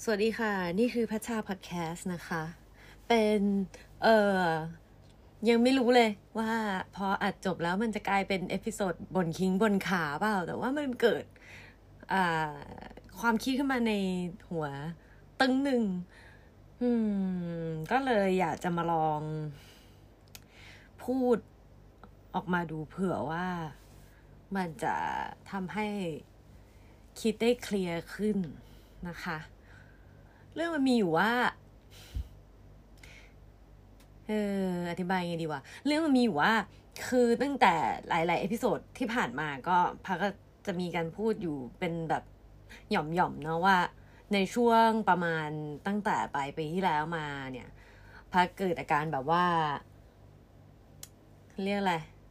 วัสดีค่ะนี่คือพัชชาพอดแคสต์นะคะเป็นยังไม่รู้เลยว่าพออัดจบแล้วมันจะกลายเป็นเอพิโซดบนคิงบนขาเปล่าแต่ว่ามันเกิดความคิดขึ้นมาในหัวตึงหนึ่งก็เลยอยากจะมาลองพูดออกมาดูเผื่อว่ามันจะทำให้คิดได้เคลียร์ขึ้นนะคะเรื่องมันมีอยู่ว่าอธิบายไงดีวะเรื่องมันมีอยู่ว่าคือตั้งแต่หลายๆเอพิโซดที่ผ่านมาก็พักก็จะมีการพูดอยู่เป็นแบบหย่อมๆเนาะว่าในช่วงประมาณตั้งแต่ปลายปีที่แล้วมาเนี่ยพักเกิดอาการแบบว่าเรียกอะไร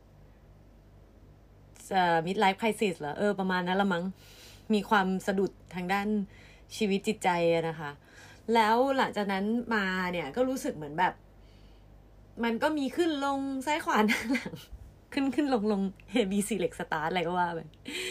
midlife crisis เหรอประมาณนั้นละมั้งมีความสะดุดทางด้านชีวิตจิตใจนะคะแล้วหลังจากนั้นมาเนี่ยก็รู้สึกเหมือนแบบมันก็มีขึ้นลงซ้ายขวาหน้าหลังขึ้นลง A B C Select Start อะไรก็ว่าไป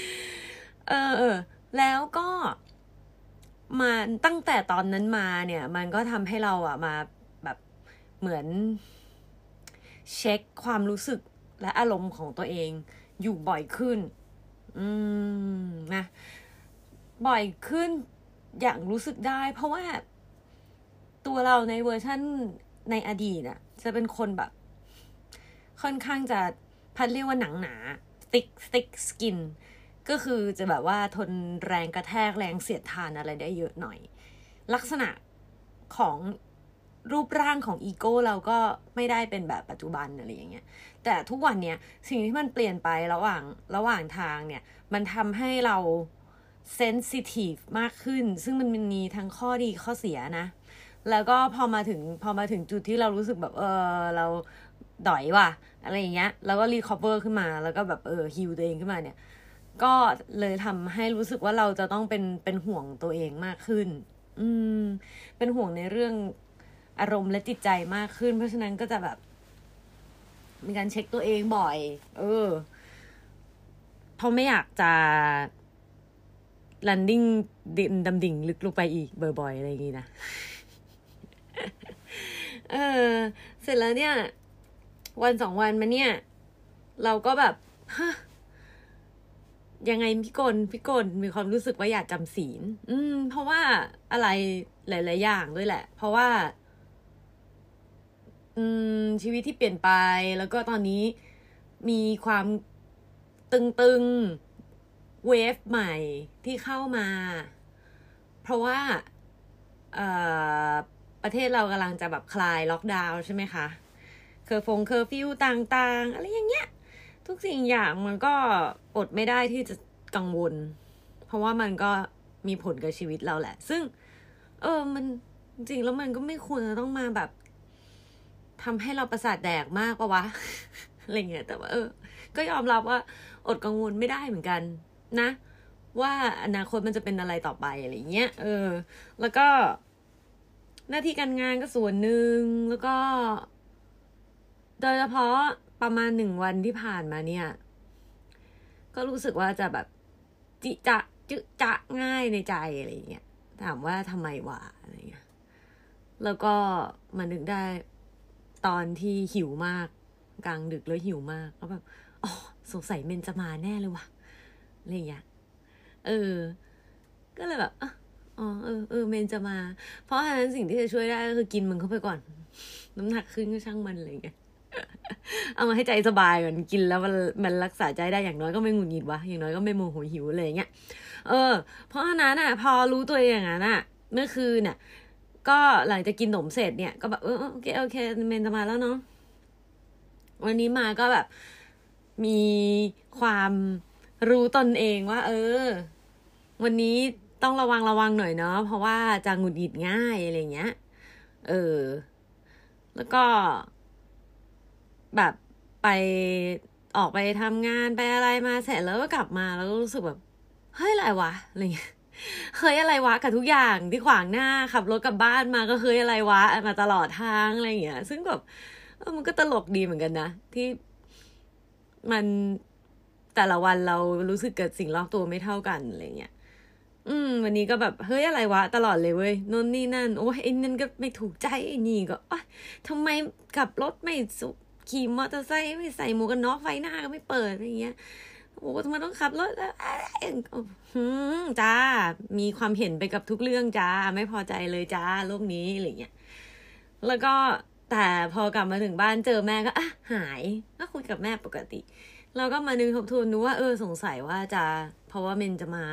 แล้วก็มาตั้งแต่ตอนนั้นมาเนี่ยมันก็ทำให้เรามาแบบเหมือนเช็คความรู้สึกและอารมณ์ของตัวเองอยู่บ่อยขึ้นนะบ่อยขึ้นอย่างรู้สึกได้เพราะว่าตัวเราในเวอร์ชั่นในอดีตน่ะจะเป็นคนแบบค่อนข้างจะพัดเรียกว่าหนังหนา thick skin ก็คือจะแบบว่าทนแรงกระแทกแรงเสียดทานอะไรได้เยอะหน่อยลักษณะของรูปร่างของอีโก้เราก็ไม่ได้เป็นแบบปัจจุบันอะไรอย่างเงี้ยแต่ทุกวันเนี้ยสิ่งที่มันเปลี่ยนไประหว่างทางเนี่ยมันทำให้เราเซนซิทีฟมากขึ้นซึ่งมันมีทั้งข้อดีข้อเสียนะแล้วก็พอมาถึงจุดที่เรารู้สึกแบบเราด๋อยว่ะอะไรอย่างเงี้ยแล้วก็รีคอเวอร์ขึ้นมาแล้วก็แบบฮีลตัวเองขึ้นมาเนี่ยก็เลยทำให้รู้สึกว่าเราจะต้องเป็นห่วงตัวเองมากขึ้นเป็นห่วงในเรื่องอารมณ์และจิตใจมากขึ้นเพราะฉะนั้นก็จะแบบมีการเช็คตัวเองบ่อยเพราะไม่อยากจะlanding ดำดิ่งลึกลงไปอีกบ่อยๆอะไรอย่างงี้นะเสร็จแล้วเนี่ยวัน2วันมาเนี่ยเราก็แบบยังไงพี่กลมีความรู้สึกว่าอยากจำศีลเพราะว่าอะไรหลายๆอย่างด้วยแหละเพราะว่าชีวิตที่เปลี่ยนไปแล้วก็ตอนนี้มีความตึงเวฟใหม่ที่เข้ามาเพราะว่าประเทศเรากำลังจะแบบคลายล็อกดาวน์ใช่ไหมคะเคอร์ฟิวต่างๆอะไรอย่างเงี้ยทุกสิ่งอย่างมันก็อดไม่ได้ที่จะกังวลเพราะว่ามันก็มีผลกับชีวิตเราแหละซึ่งมันจริงแล้วมันก็ไม่ควรจะต้องมาแบบทำให้เราประสาทแดกมากปะวะ อะไรเงี้ยแต่ว่าก็ยอมรับว่าอดกังวลไม่ได้เหมือนกันนะว่าอนาคตมันจะเป็นอะไรต่อไปอะไรเงี้ยแล้วก็หน้าที่การงานก็ส่วนหนึ่งแล้วก็โดยเฉพาะประมาณ1วันที่ผ่านมาเนี่ยก็รู้สึกว่าจะแบบจิจะง่ายในใจอะไรเงี้ยถามว่าทำไมวะอะไรเงี้ยแล้วก็มานึกได้ตอนที่หิวมากกลางดึกแล้วหิวมากก็แบบสงสัยเมนจะมาแน่เลยว่ะอะไรอย่างเงี้ยก็เลยแบบเมนจะมาเพราะฉะนั้นสิ่งที่จะช่วยได้ก็คือกินมันเข้าไปก่อนน้ำหนักขึ้นก็ช่างมันอะไรอย่างเงี้ยเอามาให้ใจสบายก่อนกินแล้วมันรักษาใจได้อย่างน้อยก็ไม่หงุดหงิดวะอย่างน้อยก็ไม่โมโหหิวอะไรอย่างเงี้ยเพราะฉะนั้นพอรู้ตัวอย่างนั้นเมื่อคืนน่ะก็หลังจากกินขนมเสร็จเนี่ยก็แบบโอเคเมนจะมาแล้วเนาะวันนี้มาก็แบบมีความรู้ตนเองว่าวันนี้ต้องระวังหน่อยเนาะเพราะว่าจะหงุดหงิดง่ายอะไรเงี้ยแล้วก็แบบไปออกไปทำงานไปอะไรมาเสร็จแล้วก็กลับมาแล้วก็รู้สึกแบบเฮ้ยอะไรวะอะไรเงี้ยเฮ้ยอะไรวะกับทุกอย่างที่ขวางหน้าขับรถกลับบ้านมาก็เฮ้ยอะไรวะมาตลอดทางอะไรเงี้ยซึ่งแบบมันก็ตลกดีเหมือนกันนะที่มันแต่ละวันเรารู้สึกกับสิ่งรอบตัวไม่เท่ากันอะไรเงี้ยวันนี้ก็แบบเฮ้ยอะไรวะตลอดเลยเว้ยโน่นนี่นั่นโอ้ยไอ้นั่นก็ไม่ถูกใจไอ้นี่ก็ทำไมขับรถไม่ขี่มอเตอร์ไซค์ไม่ใส่หมวกกันน็อกไฟหน้าก็ไม่เปิดอะไรเงี้ยโอ้ทำไมต้องขับรถจ้ามีความเห็นไปกับทุกเรื่องจ้าไม่พอใจเลยจ้าโลกนี้อะไรเงี้ยแล้วก็แต่พอกลับมาถึงบ้านเจอแม่ก็หายก็คุยกับแม่ปกติเราก็มานึกทบทวนดูว่าสงสัยว่าจะเพราะว่าเมนจะมา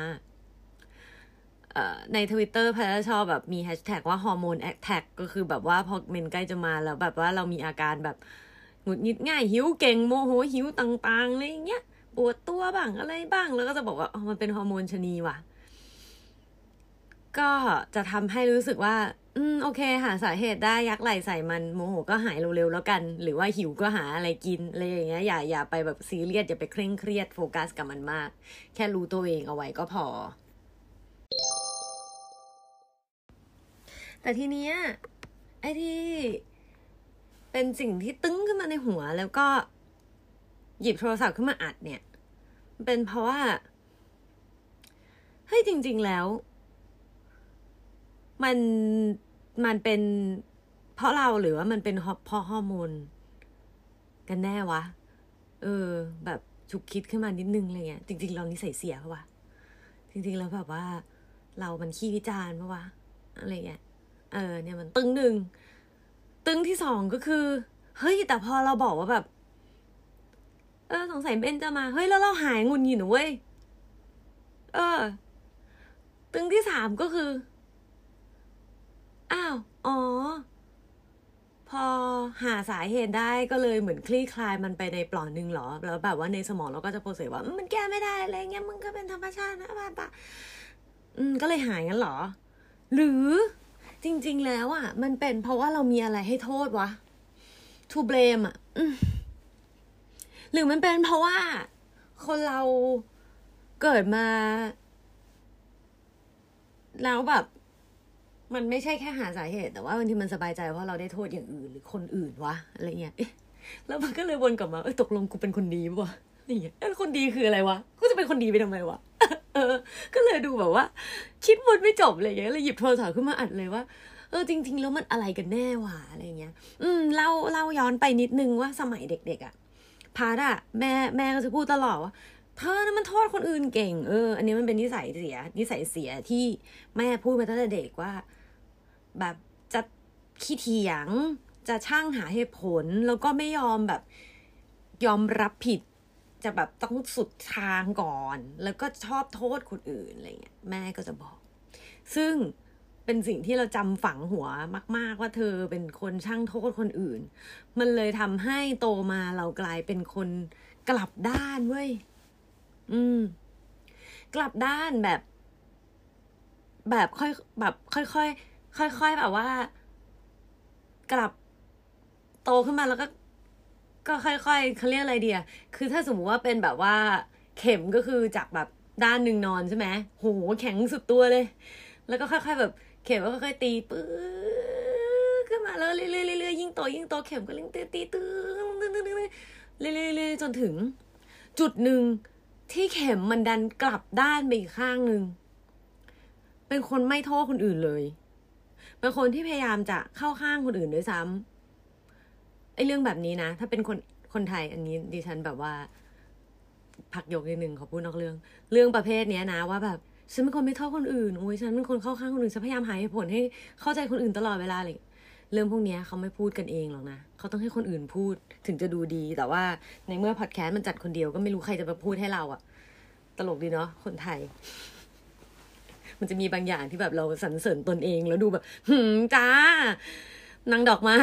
ใน Twitter แพทชอบแบบมีแฮชแท็กว่าฮอร์โมนแอคแท็กก็คือแบบว่าพอเมนใกล้จะมาแล้วแบบว่าเรามีอาการแบบหงุดหงิดง่ายหิวเก่งโมโหหิวต่างๆอะไรอย่างเงี้ยปวดตัวบ้างอะไรบ้างแล้วก็จะบอกว่ามันเป็นฮอร์โมนชนีว่ะก็จะทำให้รู้สึกว่าโอเคหาสาเหตุได้ยักไหล่ใส่มันโมโหก็หายเร็วๆแล้วกันหรือว่าหิวก็หาอะไรกินอะไรอย่างเงี้ยอย่าไปแบบซีเรียสอย่าไปเคร่งเครียดโฟกัสกับมันมากแค่รู้ตัวเองเอาไว้ก็พอแต่ทีเนี้ยไอ้ที่เป็นสิ่งที่ตึ้งขึ้นมาในหัวแล้วก็หยิบโทรศัพท์ขึ้นมาอัดเนี่ยเป็นเพราะว่าเฮ้ยจริงๆแล้วมันเป็นเพราะเราหรือว่ามันเป็นเพราะฮอร์โมนกันแน่วะแบบฉุกคิดขึ้นมานิดนึงอะไรเงี้ยจริงๆเรานิสัยเสียปะวะจริงๆแล้วแบบว่าเรามันขี้วิจารณ์ปะวะอะไรเงี้ยเนี่ยมันตึงหนึ่งตึงที่สองก็คือเฮ้ยแต่พอเราบอกว่าแบบสงสัยเบนจะมาเฮ้ยแล้วเราหายงุนงิดนะเว้ยตึงที่สามก็คือพอหาสาเหตุได้ก็เลยเหมือนคลี่คลายมันไปในปล่องนึงหรอแล้วแบบว่าในสมองเราก็จะโปรเซสว่ามันแก้ไม่ได้อะไรเงี้ยมันก็เป็นธรรมชาตินะป่ะก็เลยหายงั้นหรอหรือจริงๆแล้วมันเป็นเพราะว่าเรามีอะไรให้โทษวะ to blame หรือมันเป็นเพราะว่าคนเราเกิดมาแล้วแบบมันไม่ใช่แค่หาสาเหตุแต่ว่าบางทีมันสบายใจเพราะเราได้โทษอย่างอื่นหรือคนอื่นวะอะไรเงี้ยแล้วมันก็เลยวนกลับมาตกลงกูเป็นคนดีป่ะอะไรเงี้ยคนดีคืออะไรวะกูจะเป็นคนดีไปทำไมวะก็เลยดูแบบว่าคิดวนไม่จบอะไรเงี้ยเลยหยิบโทรศัพท์ขึ้นมาอัดเลยว่าจริงๆแล้วมันอะไรกันแน่วะอะไรเงี้ยเล่าย้อนไปนิดนึงว่าสมัยเด็กๆพาร์ทแม่ก็จะพูดตลอดว่าเธอนั้นมันโทษคนอื่นเก่งอันนี้มันเป็นนิสัยเสียที่แม่พูดมาตั้งแต่เด็กว่าแบบจะขี้เถียงจะช่างหาเหตุผลแล้วก็ไม่ยอมแบบยอมรับผิดจะแบบต้องสุดทางก่อนแล้วก็ชอบโทษคนอื่นอะไรเงี้ยแม่ก็จะบอกซึ่งเป็นสิ่งที่เราจำฝังหัวมากๆว่าเธอเป็นคนช่างโทษคนอื่นมันเลยทำให้โตมาเรากลายเป็นคนกลับด้านเว้ยกลับด้านแบบค่อยแบบค่อยๆแบบว่ากลับโตขึ้นมาแล้วก็ค่อยๆเขาเรียกอะไรเดียคือถ้าสมมติว่าเป็นแบบว่าเข็มก็คือจากแบบด้านหนึ่งนอนใช่ไหมโหแข็งสุดตัวเลยแล้วก็ค่อยๆแบบเข็มก็ค่อยๆตีปื้อขึ้นมาแล้วเรื่อยๆยิ่งโตเข็มก็ยิ่งตีตื้อเรื่อยๆจนถึงจุดหนึ่งที่เข็มมันดันกลับด้านไปอีกข้างนึงเป็นคนไม่โทษคนอื่นเลยเป็นคนที่พยายามจะเข้าข้างคนอื่นด้วยซ้ำไอ้เรื่องแบบนี้นะถ้าเป็นคนไทยอันนี้ดิฉันแบบว่าพักยกนิดนึงขอพูดนอกเรื่องประเภทเนี้ยนะว่าแบบฉันเป็นคนไม่โทษคนอื่นโอ้ยฉันเป็นคนเข้าข้างคนอื่นฉันพยายามหาเหตุผลให้เข้าใจคนอื่นตลอดเวลาเลยเรื่องพวกนี้เขาไม่พูดกันเองหรอกนะเขาต้องให้คนอื่นพูดถึงจะดูดีแต่ว่าในเมื่อพอดแคสต์มันจัดคนเดียวก็ไม่รู้ใครจะมาพูดให้เราตลกดีเนาะคนไทยมันจะมีบางอย่างที่แบบเราสรรเสริญตนเองแล้วดูแบบจ้านางดอกไม้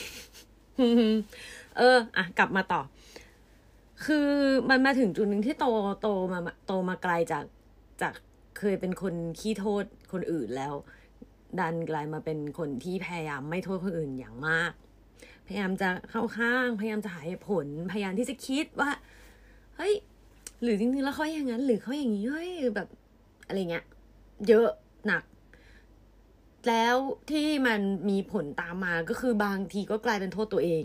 กลับมาต่อคือมันมาถึงจุดหนึ่งที่โตมาไกลจากเคยเป็นคนขี้โทษคนอื่นแล้วดันกลายมาเป็นคนที่พยายามไม่โทษคนอื่นอย่างมากพยายามจะเข้าข้างพยายามจะหาเหตุผลพยายามที่จะคิดว่าเฮ้ยหรือจริงๆแล้วเขาอย่างนั้นหรือเขาอย่างนี้เฮ้ยแบบอะไรเงี้ยเยอะหนักแล้วที่มันมีผลตามมาก็คือบางทีก็กลายเป็นโทษตัวเอง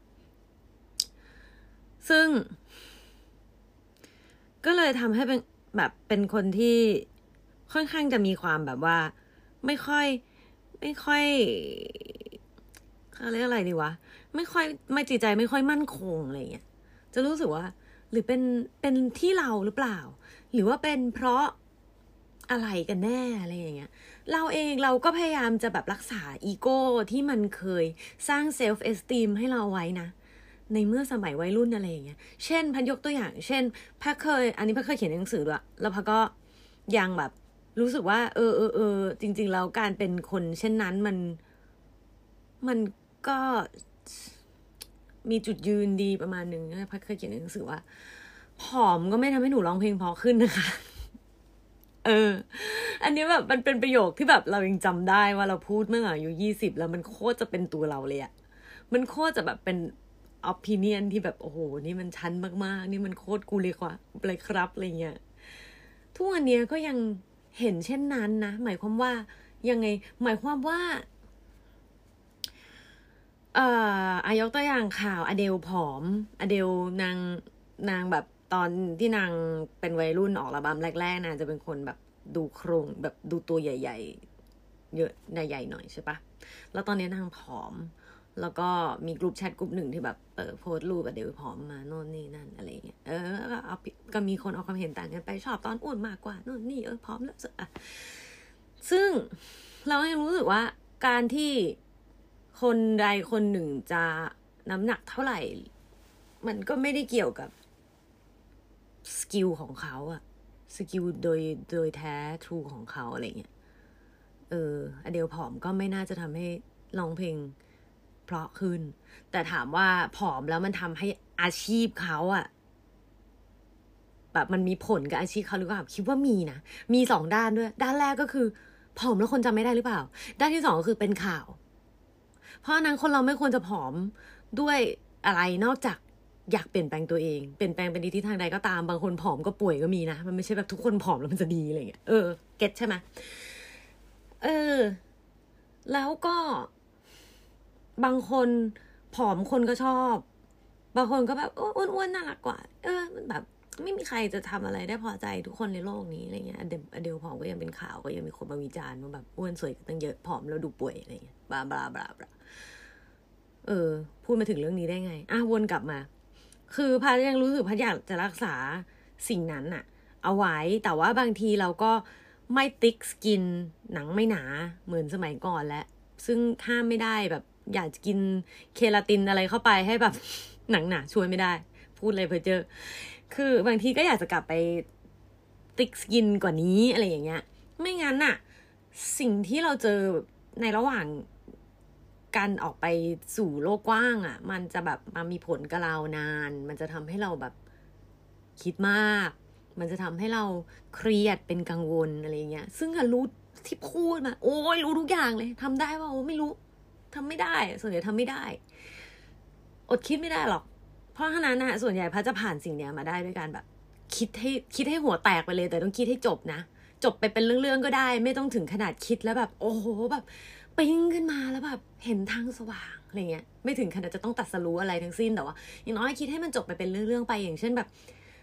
ซึ่งก็เลยทำให้เป็นแบบเป็นคนที่ค่อนข้างจะมีความแบบว่าไม่ค่อยเขาเรียกอะไรดีวะไม่จิตใจไม่ค่อยมั่นคงอะไรเงี้ยจะรู้สึกว่าหรือเป็นที่เราหรือเปล่าหรือว่าเป็นเพราะอะไรกันแน่อะไรอย่างเงี้ยเราก็พยายามจะแบบรักษาอีโก้ที่มันเคยสร้างเซลฟ์เอสติมให้เราไว้นะในเมื่อสมัยวัยรุ่นอะไรอย่างเงี้ยเช่นพันยกตัวอย่างเช่นพักอันนี้พักเคยเขียนหนังสือด้วยแล้วพักก็ยังแบบรู้สึกว่าจริงๆแล้วการเป็นคนเช่นนั้นมันก็มีจุดยืนดีประมาณนึงพักเคยเขียนหนังสือว่าผอมก็ไม่ทำให้หนูร้องเพลงเพราะขึ้นนะคะอันนี้แบบมันเป็นประโยคที่แบบเรายังจำได้ว่าเราพูดเมื่ออายุ20แล้วมันโคตรจะเป็นตัวเราเลยอะมันโคตรจะแบบเป็นopinion ที่แบบโอ้โหนี่มันชั้นมากๆนี่มันโคตรกูเลยกว่าเลยครับอะไรเงี้ยทุกวันนี้ก็ยังเห็นเช่นนั้นนะหมายความว่ายังไงหมายความว่ายกตัวอย่างข่าวอเดลผอมอเดลนางแบบตอนที่นางเป็นวัยรุ่นออกอัลบั้มแรกๆนางจะเป็นคนแบบดูโครงแบบดูตัวใหญ่ๆเยอะใหญ่ๆหน่อยใช่ปะแล้วตอนนี้นางผอมแล้วก็มีกลุ่มแชทกลุ่มหนึ่งที่แบบโพสต์รูปอเดลผอมมาโน่นนี่นั่นอะไรเงี้ยก็มีคนเอาความเห็นต่างกันไปชอบตอนอ้วนมากกว่าโน่นนี่ผอมแล้วซึ่งเรายังรู้สึกว่าการที่คนใดคนหนึ่งจะน้ำหนักเท่าไหร่มันก็ไม่ได้เกี่ยวกับสกิลของเขาอะสกิลโดยแท้ทรูของเขาอะไรเงี้ยอเดลผอมก็ไม่น่าจะทำให้ร้องเพลงเพราะขึ้นแต่ถามว่าผอมแล้วมันทำให้อาชีพเขาอะแบบมันมีผลกับอาชีพเขาหรือเปล่าคิดว่ามีนะมี2ด้านด้วยด้านแรกก็คือผอมแล้วคนจำไม่ได้หรือเปล่าด้านที่2ก็คือเป็นข่าวเพราะนั้นคนเราไม่ควรจะผอมด้วยอะไรนอกจากอยากเปลี่ยนแปลงตัวเองเปลี่ยนแปลงเป็นทิศทางใดก็ตามบางคนผอมก็ป่วยก็มีนะมันไม่ใช่แบบทุกคนผอมแล้วมันจะดีอะไรเงี้ยเก็ตใช่ไหมแล้วก็บางคนผอมคนก็ชอบบางคนก็แบบอ้วนๆน่ารักกว่ามันแบบไม่มีใครจะทำอะไรได้พอใจทุกคนในโลกนี้อะไรเงี้ยอเดลผอมก็ยังเป็นข่าวก็ยังมีคนมาวิจารณ์ว่าแบบอ้วนสวยกันตั้งเยอะผอมแล้วดูป่วยอะไรเงี้ยบลาบลาบลาบลาพูดมาถึงเรื่องนี้ได้ไงวนกลับมาคือพัดยังรู้สึกพัดอยากจะรักษาสิ่งนั้นน่ะเอาไว้แต่ว่าบางทีเราก็ไม่ติ๊กสกินหนังไม่หนาเหมือนสมัยก่อนแล้วซึ่งห้ามไม่ได้แบบอยากจะกินเคลาตินอะไรเข้าไปให้แบบหนังหนาช่วยไม่ได้พูดเลยเพ้อเจ้อคือบางทีก็อยากจะกลับไปติ๊กสกินกว่านี้อะไรอย่างเงี้ยไม่งั้นน่ะสิ่งที่เราเจอในระหว่างการออกไปสู่โลกกว้างมันจะแบบมามีผลกับเรานานมันจะทำให้เราแบบคิดมากมันจะทำให้เราเครียดเป็นกังวลอะไรเงี้ยซึ่งรู้ที่พูดมาโอ้ยรู้ทุกอย่างเลยทำได้ว่าไม่รู้ทำไม่ได้ส่วนใหญ่ทำไม่ได้อดคิดไม่ได้หรอกเพราะฉะนั้นส่วนใหญ่พัดจะผ่านสิ่งเนี้ยมาได้ด้วยการแบบคิดให้หัวแตกไปเลยแต่ต้องคิดให้จบนะจบไปเป็นเรื่องๆก็ได้ไม่ต้องถึงขนาดคิดแล้วแบบโอ้โหแบบปิ้งขึ้นมาแล้วแบบเห็นทางสว่างอะไรเงี้ยไม่ถึงขนาดจะต้องตัดสรู้อะไรทั้งสิ้นแต่ว่าอย่างน้อยคิดให้มันจบไปเป็นเรื่องๆไปอย่างเช่นแบบ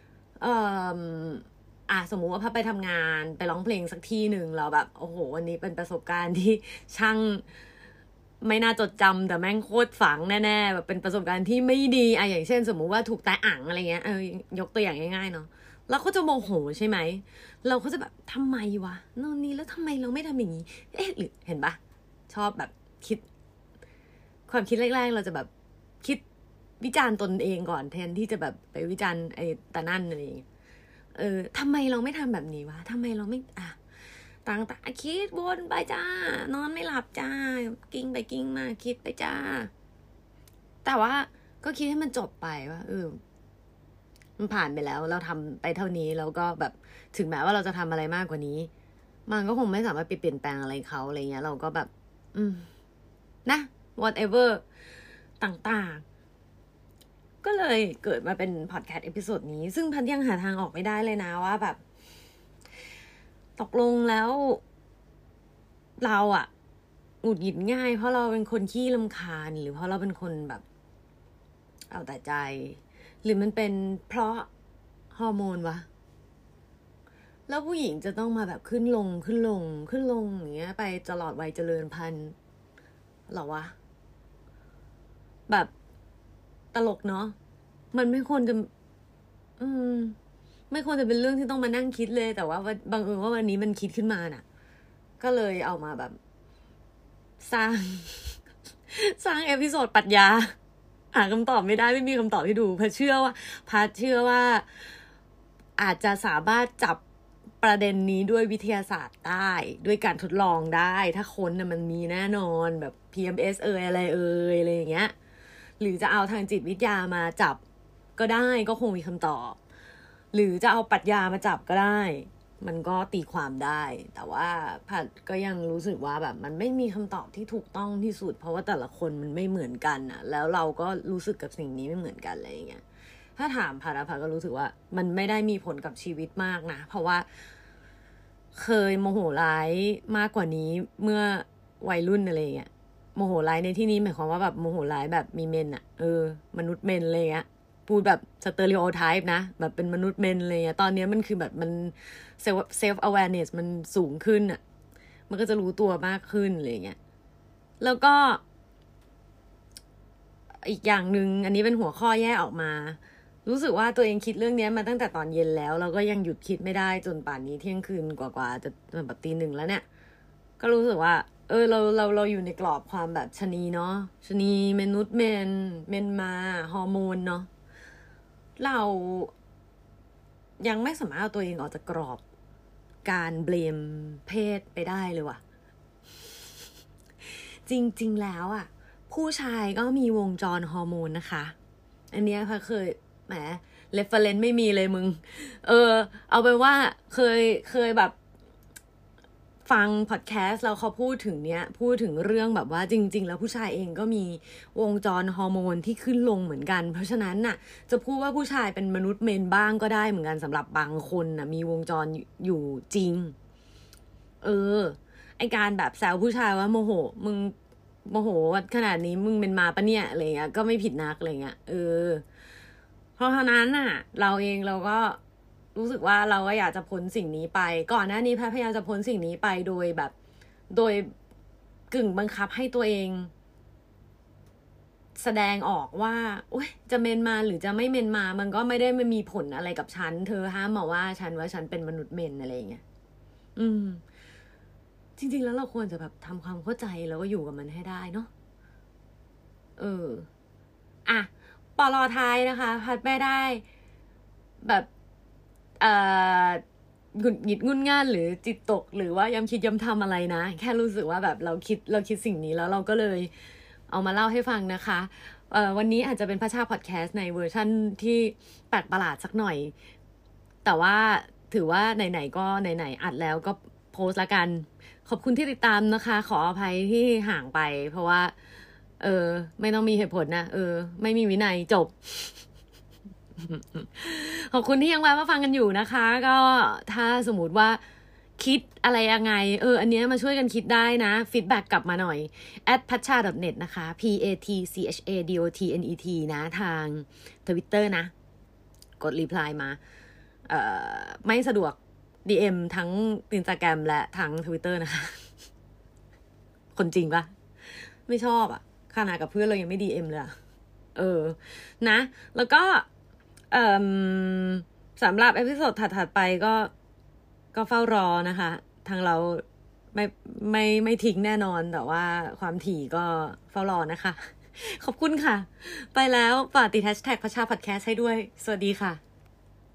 สมมุติว่าพาไปทำงานไปร้องเพลงสักที่หนึ่งเราแบบโอ้โหวันนี้เป็นประสบการณ์ที่ช่างไม่น่าจดจำแต่แม่งโคตรฝังแน่ๆแบบเป็นประสบการณ์ที่ไม่ดีอย่างเช่นสมมุติว่าถูกแตะอ่างอะไรเงี้ยยกตัวอย่างง่ายๆเนาะแล้วเขาจะโมโหใช่ไหมเราก็จะแบบทำไมวะนอนนี้แล้วทำไมเราไม่ทำอย่างนี้หรือเห็นปะชอบแบบคิดความคิดแรกๆเราจะแบบคิดวิจารณ์ตนเองก่อนแทนที่จะแบบไปวิจารณ์ไอ้ตานั่นอะไรอย่างเงี้ยทำไมเราไม่ทำแบบนี้วะทำไมเราไม่ต่างๆคิดวนไปจ้านอนไม่หลับจ้ากิ้งไปกิ้งมาคิดไปจ้าแต่ว่าก็คิดให้มันจบไปว่ามันผ่านไปแล้วเราทำไปเท่านี้แล้วก็แบบถึงแม้ว่าเราจะทำอะไรมากกว่านี้มันก็คงไม่สามารถไปเปลี่ยนแปลงอะไรเขาอะไรเงี้ยเราก็แบบนะ whatever ต่างๆก็เลยเกิดมาเป็นพอดแคสต์เอพิโซดนี้ซึ่งพันยังหาทางออกไม่ได้เลยนะว่าแบบตกลงแล้วเราหงุดหงิดง่ายเพราะเราเป็นคนขี้รำคาญหรือเพราะเราเป็นคนแบบเอาแต่ใจหรือมันเป็นเพราะฮอร์โมนวะแล้วผู้หญิงจะต้องมาแบบขึ้นลงขึ้นลงขึ้นลงอย่างเงี้ยไปตลอดวัยเจริญพันธุ์หรอวะแบบตลกเนาะมันไม่ควรจะไม่ควรจะเป็นเรื่องที่ต้องมานั่งคิดเลยแต่ว่าบังเอิญว่าวันนี้มันคิดขึ้นมาน่ะก็เลยเอามาแบบสร้างเอพิโซดปรัชญาหาคำตอบไม่ได้ไม่มีคำตอบให้ดูพัดเชื่อว่าอาจจะสามารถจับประเด็นนี้ด้วยวิทยาศาสตร์ได้ด้วยการทดลองได้ถ้าคนน่ะมันมีแน่นอนแบบ PMS อะไรอย่างเงี้ยหรือจะเอาทางจิตวิทยามาจับก็ได้ก็คงมีคำตอบหรือจะเอาปรัชญามาจับก็ได้มันก็ตีความได้แต่ว่าผัดก็ยังรู้สึกว่าแบบมันไม่มีคำตอบที่ถูกต้องที่สุดเพราะว่าแต่ละคนมันไม่เหมือนกันอ่ะแล้วเราก็รู้สึกกับสิ่งนี้ไม่เหมือนกันอะไรอย่างเงี้ยถ้าถามผัดก็รู้สึกว่ามันไม่ได้มีผลกับชีวิตมากนะเพราะว่าเคยโมโหร้ายมากกว่านี้เมื่อวัยรุ่นอะไรเงี้ยโมโหร้ายในที่นี้หมายความว่าแบบโมโหร้ายแบบมีเมนอะมนุษย์เมนอะไรเงี้ยพูดแบบสเตอริโอไทป์นะแบบเป็นมนุษย์เมนอะไรเงี้ยตอนนี้มันคือแบบมันเซลฟ์ awareness มันสูงขึ้นอะมันก็จะรู้ตัวมากขึ้นอะไรเงี้ยแล้วก็อีกอย่างหนึ่งอันนี้เป็นหัวข้อแยกออกมารู้สึกว่าตัวเองคิดเรื่องนี้มาตั้งแต่ตอนเย็นแล้วก็ยังหยุดคิดไม่ได้จนป่านนี้เที่ยงคืนกว่าจะแบบตี 1แล้วเนี่ยก็รู้สึกว่าเราอยู่ในกรอบความแบบชนีเนาะชนีมนุษย์เมนมาฮอร์โมนเนาะเรายังไม่สามารถเอาตัวเองออกจากกรอบการเบลมเพศไปได้เลยว่ะจริงๆแล้วอ่ะผู้ชายก็มีวงจรฮอร์โมนนะคะอันเนี้ยพะเคยแหมเรฟเฟอเรนซ์ไม่มีเลยมึงเอาเป็นว่าเคยแบบฟังพอดแคสต์แล้วเขาพูดถึงเรื่องแบบว่าจริงๆแล้วผู้ชายเองก็มีวงจรฮอร์โมนที่ขึ้นลงเหมือนกันเพราะฉะนั้นน่ะจะพูดว่าผู้ชายเป็นมนุษย์เมนบ้างก็ได้เหมือนกันสำหรับบางคนน่ะมีวงจรอยู่จริงไอการแบบแซวผู้ชายว่าโมโหมึงโมโหขนาดนี้มึงเป็นมาปะเนี่ยอะไรเงี้ยก็ไม่ผิดนักอะไรเงี้ยเพราะฉะนั้นน่ะเราก็รู้สึกว่าเราก็อยากจะพ้นสิ่งนี้ไปก่อนหน้านี้พยายามจะพ้นสิ่งนี้ไปโดยกึ่งบังคับให้ตัวเองแสดงออกว่าอุ๊ยจะเมนมาหรือจะไม่เมนมามันก็ไม่ได้มีผลอะไรกับฉันเธอห้ามมาว่าฉันเป็นมนุษย์เมนอะไรเงี้ยจริงๆแล้วเราควรจะแบบทำความเข้าใจแล้วก็อยู่กับมันให้ได้เนาะอ่ะปลอท้ายนะคะพัดไม่ได้แบบหงุดหงิดงุนง่านหรือจิตตกหรือว่าย้ำคิดย้ำทำอะไรนะแค่รู้สึกว่าแบบเราคิดสิ่งนี้แล้วเราก็เลยเอามาเล่าให้ฟังนะคะวันนี้อาจจะเป็นพระชาพอดแคสต์ในเวอร์ชั่นที่แปลกประหลาดสักหน่อยแต่ว่าถือว่าไหนๆก็ไหนๆอัดแล้วก็โพสต์ละกันขอบคุณที่ติดตามนะคะขออภัยที่ห่างไปเพราะว่าไม่ต้องมีเหตุผลนะไม่มีวินัยจบ ขอบคุณที่ยังแวะมาฟังกันอยู่นะคะก็ถ้าสมมติว่าคิดอะไรยังไงอันนี้มาช่วยกันคิดได้นะฟีดแบ็กกลับมาหน่อย @patcha.net นะคะ patchadotnet นะทาง Twitter นะกดรีプライมาไม่สะดวก DM ทั้ง Instagram และทั้ง Twitter นะคะคนจริงปะไม่ชอบอ่ะขนาดกับเพื่อนเรายังไม่ DM เลยนะแล้วก็สำหรับเอพิโซดถัดๆไปก็เฝ้ารอนะคะทางเราไม่ทิ้งแน่นอนแต่ว่าความถี่ก็เฝ้ารอนะคะขอบคุณค่ะไปแล้วฝากติด #พระชาพอดแคสต์ให้ด้วยสวัสดีค่ะ